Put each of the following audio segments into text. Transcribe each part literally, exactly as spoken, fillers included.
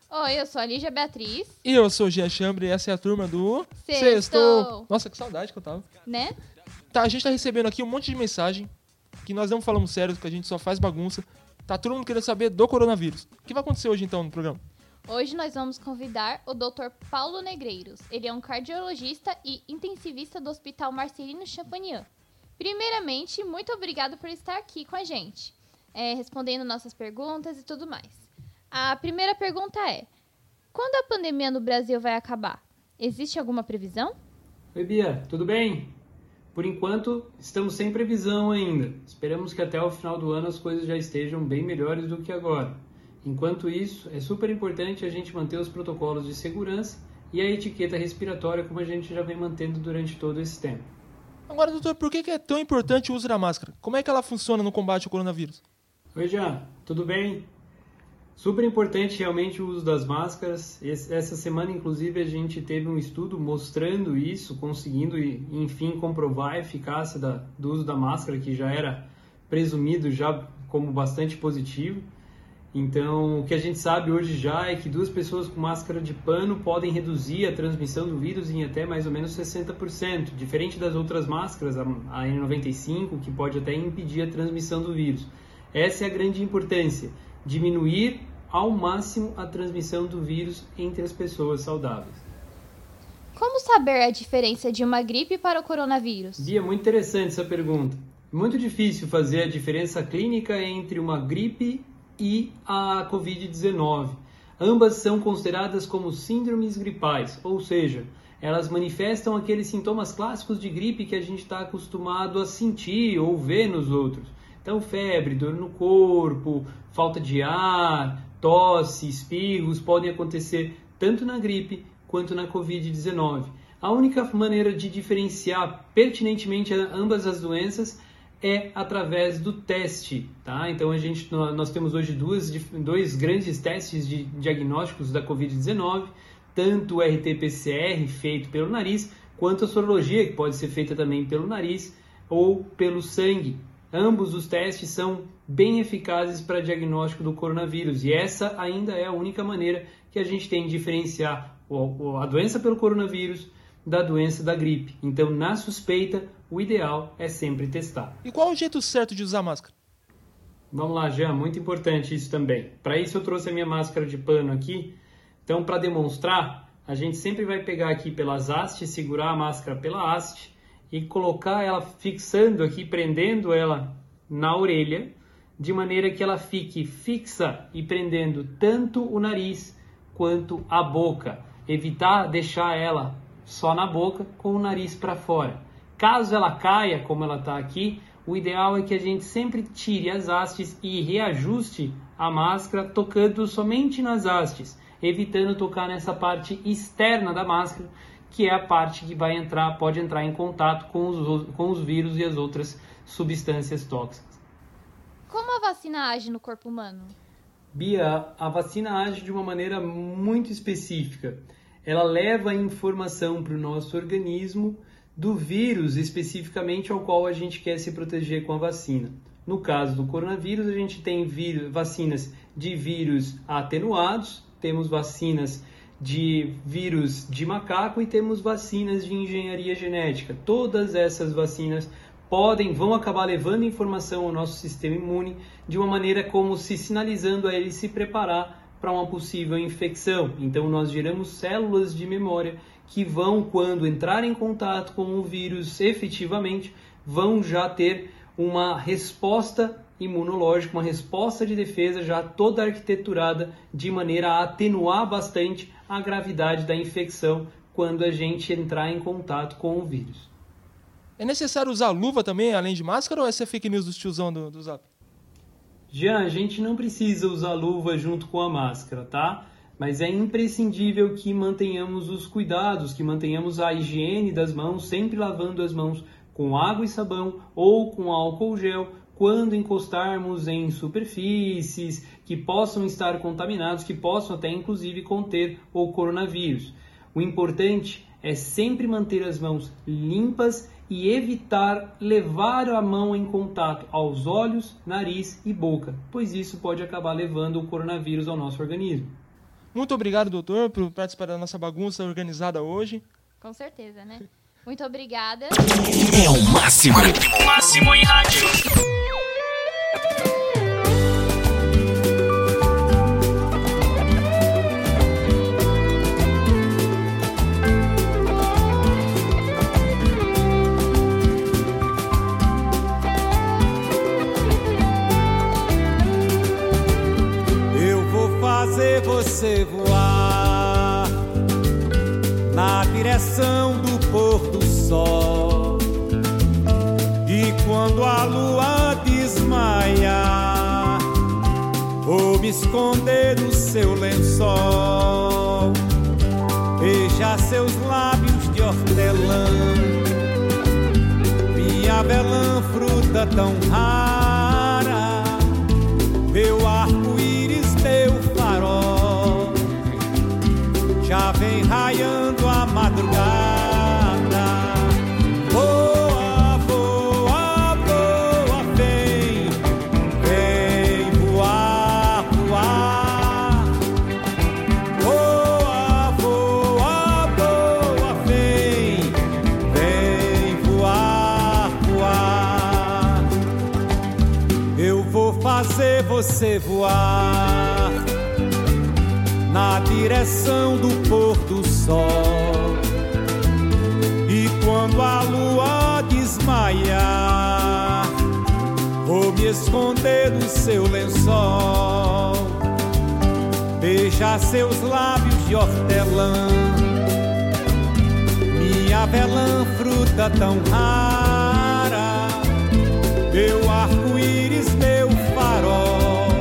Oi, eu sou a Lígia Beatriz. E eu sou o Gia Chambre e essa é a turma do... Sextou! Nossa, que saudade que eu tava. Né? Tá, a gente tá recebendo aqui um monte de mensagem que nós não falamos sério, que a gente só faz bagunça. Tá todo mundo querendo saber do coronavírus. O que vai acontecer hoje então no programa? Hoje nós vamos convidar o doutor Paulo Negreiros. Ele é um cardiologista e intensivista do Hospital Marcelino Champagnat. Primeiramente, muito obrigado por estar aqui com a gente, é, respondendo nossas perguntas e tudo mais. A primeira pergunta é: quando a pandemia no Brasil vai acabar? Existe alguma previsão? Oi, Bia, tudo bem? Por enquanto, estamos sem previsão ainda. Esperamos que até o final do ano as coisas já estejam bem melhores do que agora. Enquanto isso, é super importante a gente manter os protocolos de segurança e a etiqueta respiratória como a gente já vem mantendo durante todo esse tempo. Agora, doutor, por que é tão importante o uso da máscara? Como é que ela funciona no combate ao coronavírus? Oi, Jean, tudo bem? Super importante realmente o uso das máscaras. Essa semana, inclusive, a gente teve um estudo mostrando isso, conseguindo, enfim, comprovar a eficácia da, do uso da máscara, que já era presumido já como bastante positivo. Então, o que a gente sabe hoje já é que duas pessoas com máscara de pano podem reduzir a transmissão do vírus em até mais ou menos sessenta por cento, diferente das outras máscaras, a N noventa e cinco, que pode até impedir a transmissão do vírus. Essa é a grande importância, diminuir ao máximo a transmissão do vírus entre as pessoas saudáveis. Como saber a diferença de uma gripe para o coronavírus? Bia, muito interessante essa pergunta. Muito difícil fazer a diferença clínica entre uma gripe e a covid dezenove. Ambas são consideradas como síndromes gripais, ou seja, elas manifestam aqueles sintomas clássicos de gripe que a gente está acostumado a sentir ou ver nos outros. Então, febre, dor no corpo, falta de ar, tosse, espirros podem acontecer tanto na gripe quanto na covid dezenove. A única maneira de diferenciar pertinentemente ambas as doenças é através do teste, tá? Então a gente, nós temos hoje duas, dois grandes testes de diagnósticos da covid dezenove, tanto o R T P C R feito pelo nariz, quanto a sorologia, que pode ser feita também pelo nariz ou pelo sangue. Ambos os testes são bem eficazes para diagnóstico do coronavírus e essa ainda é a única maneira que a gente tem de diferenciar a doença pelo coronavírus da doença da gripe. Então, na suspeita, o ideal é sempre testar. E qual é o jeito certo de usar máscara? Vamos lá, Jean, muito importante isso também. Para isso eu trouxe a minha máscara de pano aqui. Então, para demonstrar, a gente sempre vai pegar aqui pelas hastes, segurar a máscara pela haste e colocar ela fixando aqui, prendendo ela na orelha, de maneira que ela fique fixa e prendendo tanto o nariz quanto a boca. Evitar deixar ela só na boca com o nariz para fora. Caso ela caia, como ela está aqui, o ideal é que a gente sempre tire as hastes e reajuste a máscara tocando somente nas hastes, evitando tocar nessa parte externa da máscara, que é a parte que vai entrar, pode entrar em contato com os, com os vírus e as outras substâncias tóxicas. Como a vacina age no corpo humano? Bia, a vacina age de uma maneira muito específica. Ela leva a informação para o nosso organismo do vírus especificamente ao qual a gente quer se proteger com a vacina. No caso do coronavírus, a gente tem vírus, vacinas de vírus atenuados, temos vacinas de vírus de macaco e temos vacinas de engenharia genética. Todas essas vacinas podem, vão acabar levando informação ao nosso sistema imune de uma maneira como se sinalizando a ele se preparar para uma possível infecção. Então nós geramos células de memória que vão, quando entrar em contato com o vírus efetivamente, vão já ter uma resposta imunológica, uma resposta de defesa já toda arquiteturada de maneira a atenuar bastante a gravidade da infecção quando a gente entrar em contato com o vírus. É necessário usar luva também, além de máscara, ou essa é fake news do tiozão do, do Zap? Já, a gente não precisa usar luva junto com a máscara, tá? Mas é imprescindível que mantenhamos os cuidados, que mantenhamos a higiene das mãos, sempre lavando as mãos com água e sabão ou com álcool gel, quando encostarmos em superfícies que possam estar contaminados, que possam até inclusive conter o coronavírus. O importante é sempre manter as mãos limpas e evitar levar a mão em contato aos olhos, nariz e boca, pois isso pode acabar levando o coronavírus ao nosso organismo. Muito obrigado, doutor, por participar da nossa bagunça organizada hoje. Com certeza, né? Muito obrigada. É o máximo. O máximo em rádio. Eu vou fazer você voar na direção do pôr do sol, e quando a lua desmaiar, vou me esconder no seu lençol, beijar seus lábios de hortelã, minha avelã, fruta tão rara, meu arco-íris, meu farol, já vem raiando a madrugada. Voa, voa, voa, vem, vem voar, voar. Voa, voa, voa, vem, vem voar, voar. Eu vou fazer você voar na direção do pôr do sol, e quando a lua desmaiar, vou me esconder no seu lençol, beijar seus lábios de hortelã, minha avelã, fruta tão rara, meu arco-íris, meu farol,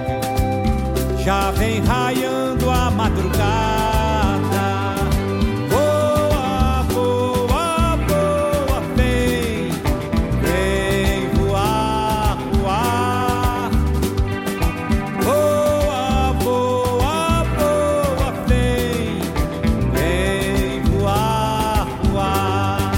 já vem raiando a madrugada. Voa, voa, voa, vem, vem voar, voar. Voa, voa, voa, vem, vem voar, voar.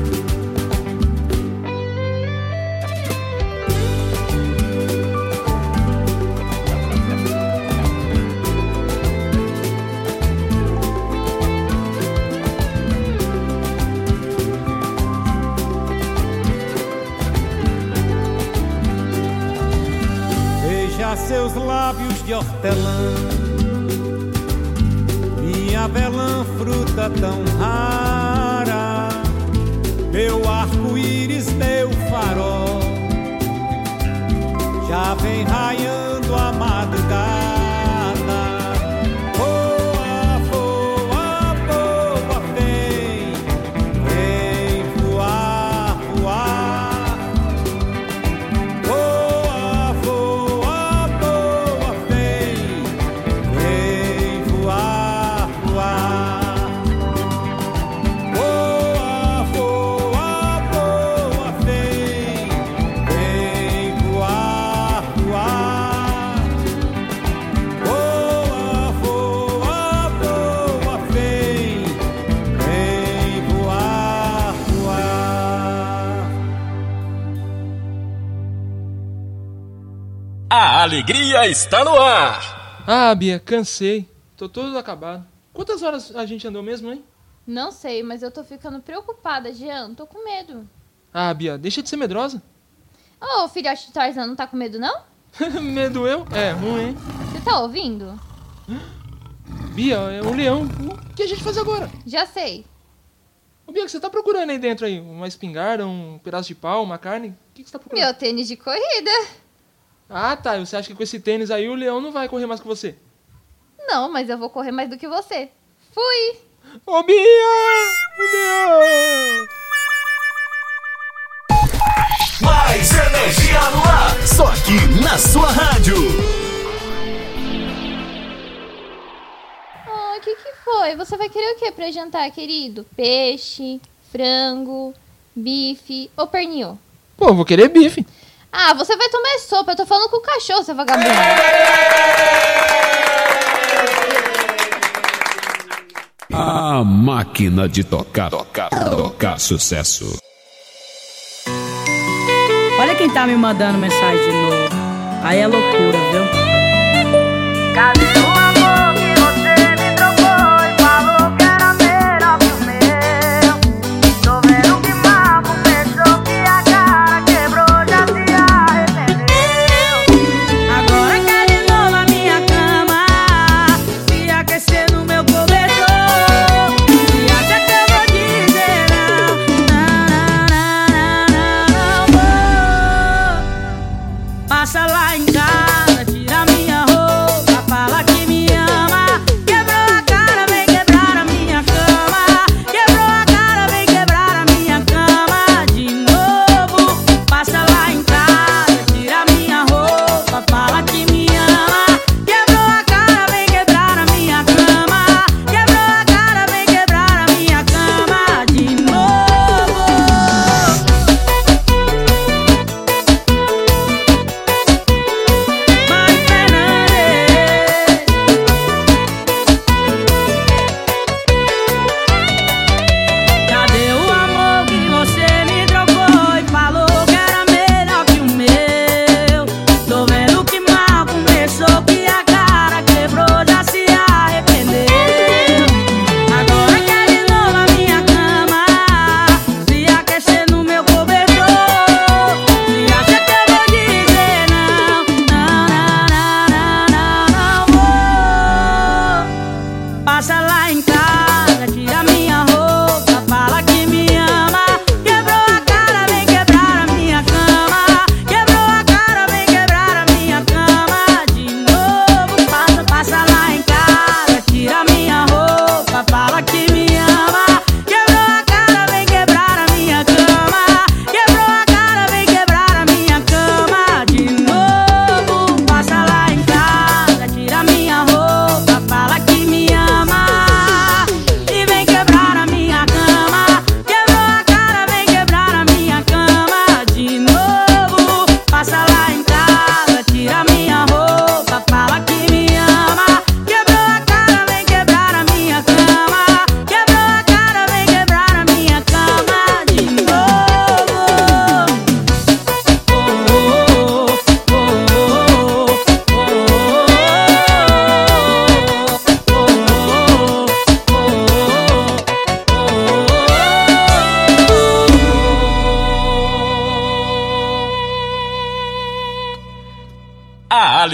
Beija seus lábios de hortelã, minha avelã, fruta tão rara, meu arco-íris, meu farol, já vem raiando a madrugada. Voa, voa, voa, vem, vem voar, voar. Voa, voa, voa, vem, vem voar, voar. Voa, voa, voa, vem, vem voar, voar. Voa, voa, voa, vem, vem voar, voar. A alegria está no ar. Ah, Bia, cansei. Tô todo acabado. Quantas horas a gente andou mesmo, hein? Não sei, mas eu tô ficando preocupada, Jean. Tô com medo. Ah, Bia, deixa de ser medrosa. Ô, o filhote de Tarzan não tá com medo, não? Medo eu? É, ruim, hein? Você tá ouvindo? Bia, é um leão. O que a gente faz agora? Já sei. Ô, Bia, o que você tá procurando aí dentro aí? Uma espingarda, um pedaço de pau, uma carne? O que que você tá procurando? Meu tênis de corrida. Ah, tá. Você acha que com esse tênis aí o leão não vai correr mais que você? Não, mas eu vou correr mais do que você. Fui! Ô, Bia! O leão! Mais energia no ar. Só aqui na sua rádio. Oh, o que que foi? Você vai querer o que pra jantar, querido? Peixe, frango, bife ou pernil? Pô, vou querer bife. Ah, você vai tomar sopa. Eu tô falando com o cachorro, seu vagabundo. A máquina de tocar, tocar, tocar sucesso. Olha quem tá me mandando mensagem de novo. Aí é loucura, viu? Cadê o amor que você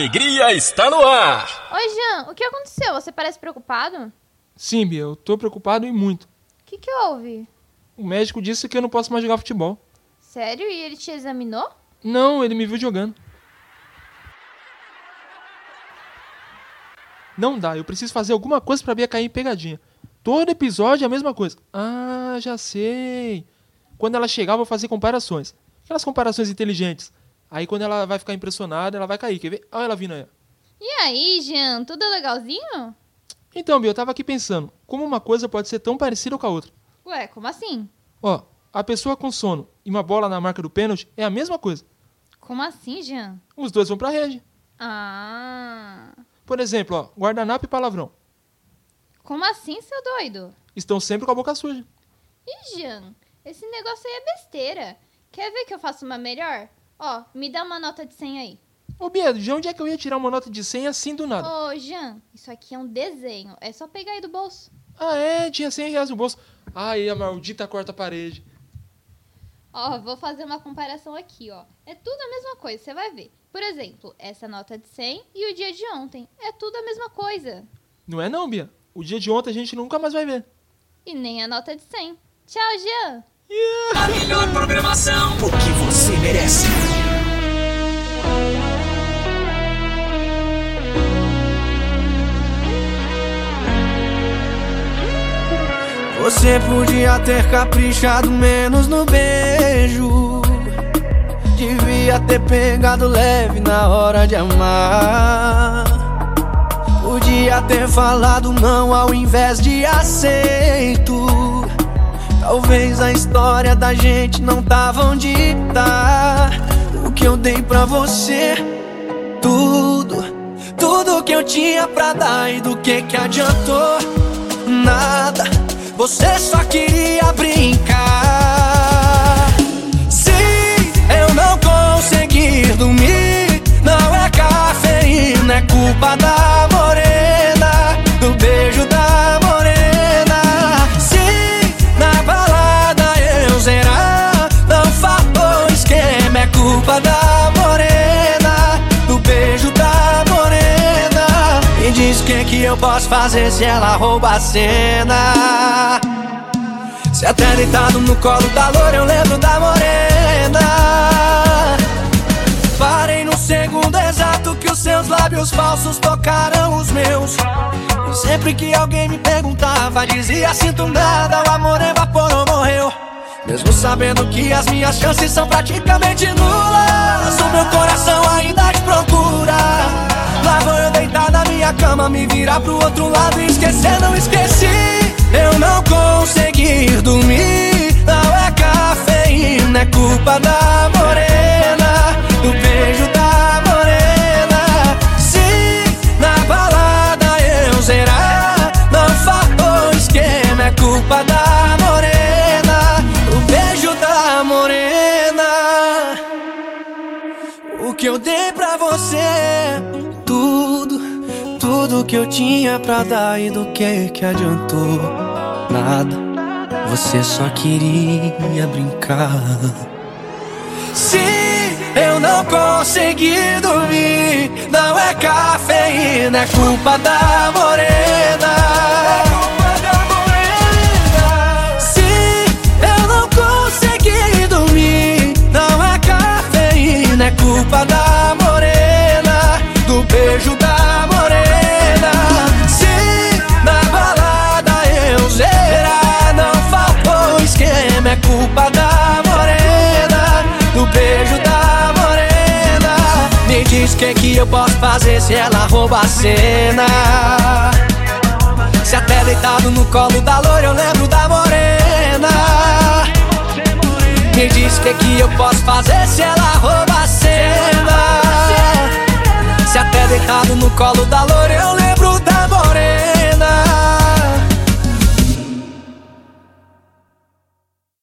alegria está no ar. Oi, Jean, o que aconteceu? Você parece preocupado? Sim, Bia, eu tô preocupado e muito. O que que houve? O médico disse que eu não posso mais jogar futebol. Sério? E ele te examinou? Não, ele me viu jogando. Não dá, eu preciso fazer alguma coisa pra Bia cair em pegadinha. Todo episódio é a mesma coisa. Ah, já sei. Quando ela chegar, eu vou fazer comparações. Aquelas comparações inteligentes. Aí quando ela vai ficar impressionada, ela vai cair. Quer ver? Olha ela vindo aí. E aí, Jean, tudo legalzinho? Então, Bia, eu tava aqui pensando. Como uma coisa pode ser tão parecida com a outra? Ué, como assim? Ó, a pessoa com sono e uma bola na marca do pênalti é a mesma coisa. Como assim, Jean? Os dois vão pra rede. Ah... Por exemplo, ó, guardanapo e palavrão. Como assim, seu doido? Estão sempre com a boca suja. Ih, Jean, esse negócio aí é besteira. Quer ver que eu faça uma melhor? Ó, me dá uma nota de cem aí. Ô, Bia, de onde é que eu ia tirar uma nota de cem assim do nada? Ô, Jean, isso aqui é um desenho. É só pegar aí do bolso. Ah, é? Tinha cem reais no bolso. Ai, a maldita quarta-parede. Ó, vou fazer uma comparação aqui, ó. É tudo a mesma coisa, você vai ver. Por exemplo, essa nota de cem e o dia de ontem. É tudo a mesma coisa. Não é não, Bia. O dia de ontem a gente nunca mais vai ver. E nem a nota de cem. Tchau, Jean. A melhor programação, o que você merece. Você podia ter caprichado menos no beijo. Devia ter pegado leve na hora de amar. Podia ter falado não ao invés de aceito. Talvez a história da gente não tava onde tá. O que eu dei pra você, tudo, tudo que eu tinha pra dar. E do que que adiantou? Nada, você só queria brincar. Se eu não conseguir dormir, não é cafeína, é culpa da morena, do beijo da morena. Se na balada eu zerar, não faltou esquema, é culpa da morena, do beijo da morena. Me diz o que que eu posso fazer se ela rouba a cena. Se até deitado no colo da loura eu lembro da morena. Parei no segundo exato que os seus lábios falsos tocaram os meus. E sempre que alguém me perguntava, dizia sinto nada, o amor evaporou, morreu. Mesmo sabendo que as minhas chances são praticamente nulas, o meu coração ainda te procura. Lá vou eu deitar na minha cama, me virar pro outro lado e esquecer, não esqueci. Eu não consegui dormir, não é cafeína, é culpa da morena, do beijo da morena. Se na balada eu zerar, não faltou esquema, é culpa da morena, do beijo da morena. O que eu dei pra você, tudo, tudo que eu tinha pra dar. E do que que adiantou? Nada, você só queria brincar. Se eu não conseguir dormir, não é cafeína, é culpa da morena, é culpa da morena. Se eu não conseguir dormir, não é cafeína, é culpa da morena, do beijo da morena. Se na balada eu zerar, não faltou esquema, é culpa da morena, do beijo da morena. Me diz o que que eu posso fazer se ela rouba a cena. Se até deitado no colo da loira eu lembro da morena. Me diz o que que eu posso fazer se ela rouba a cena. Se até deitado no colo da loira eu lembro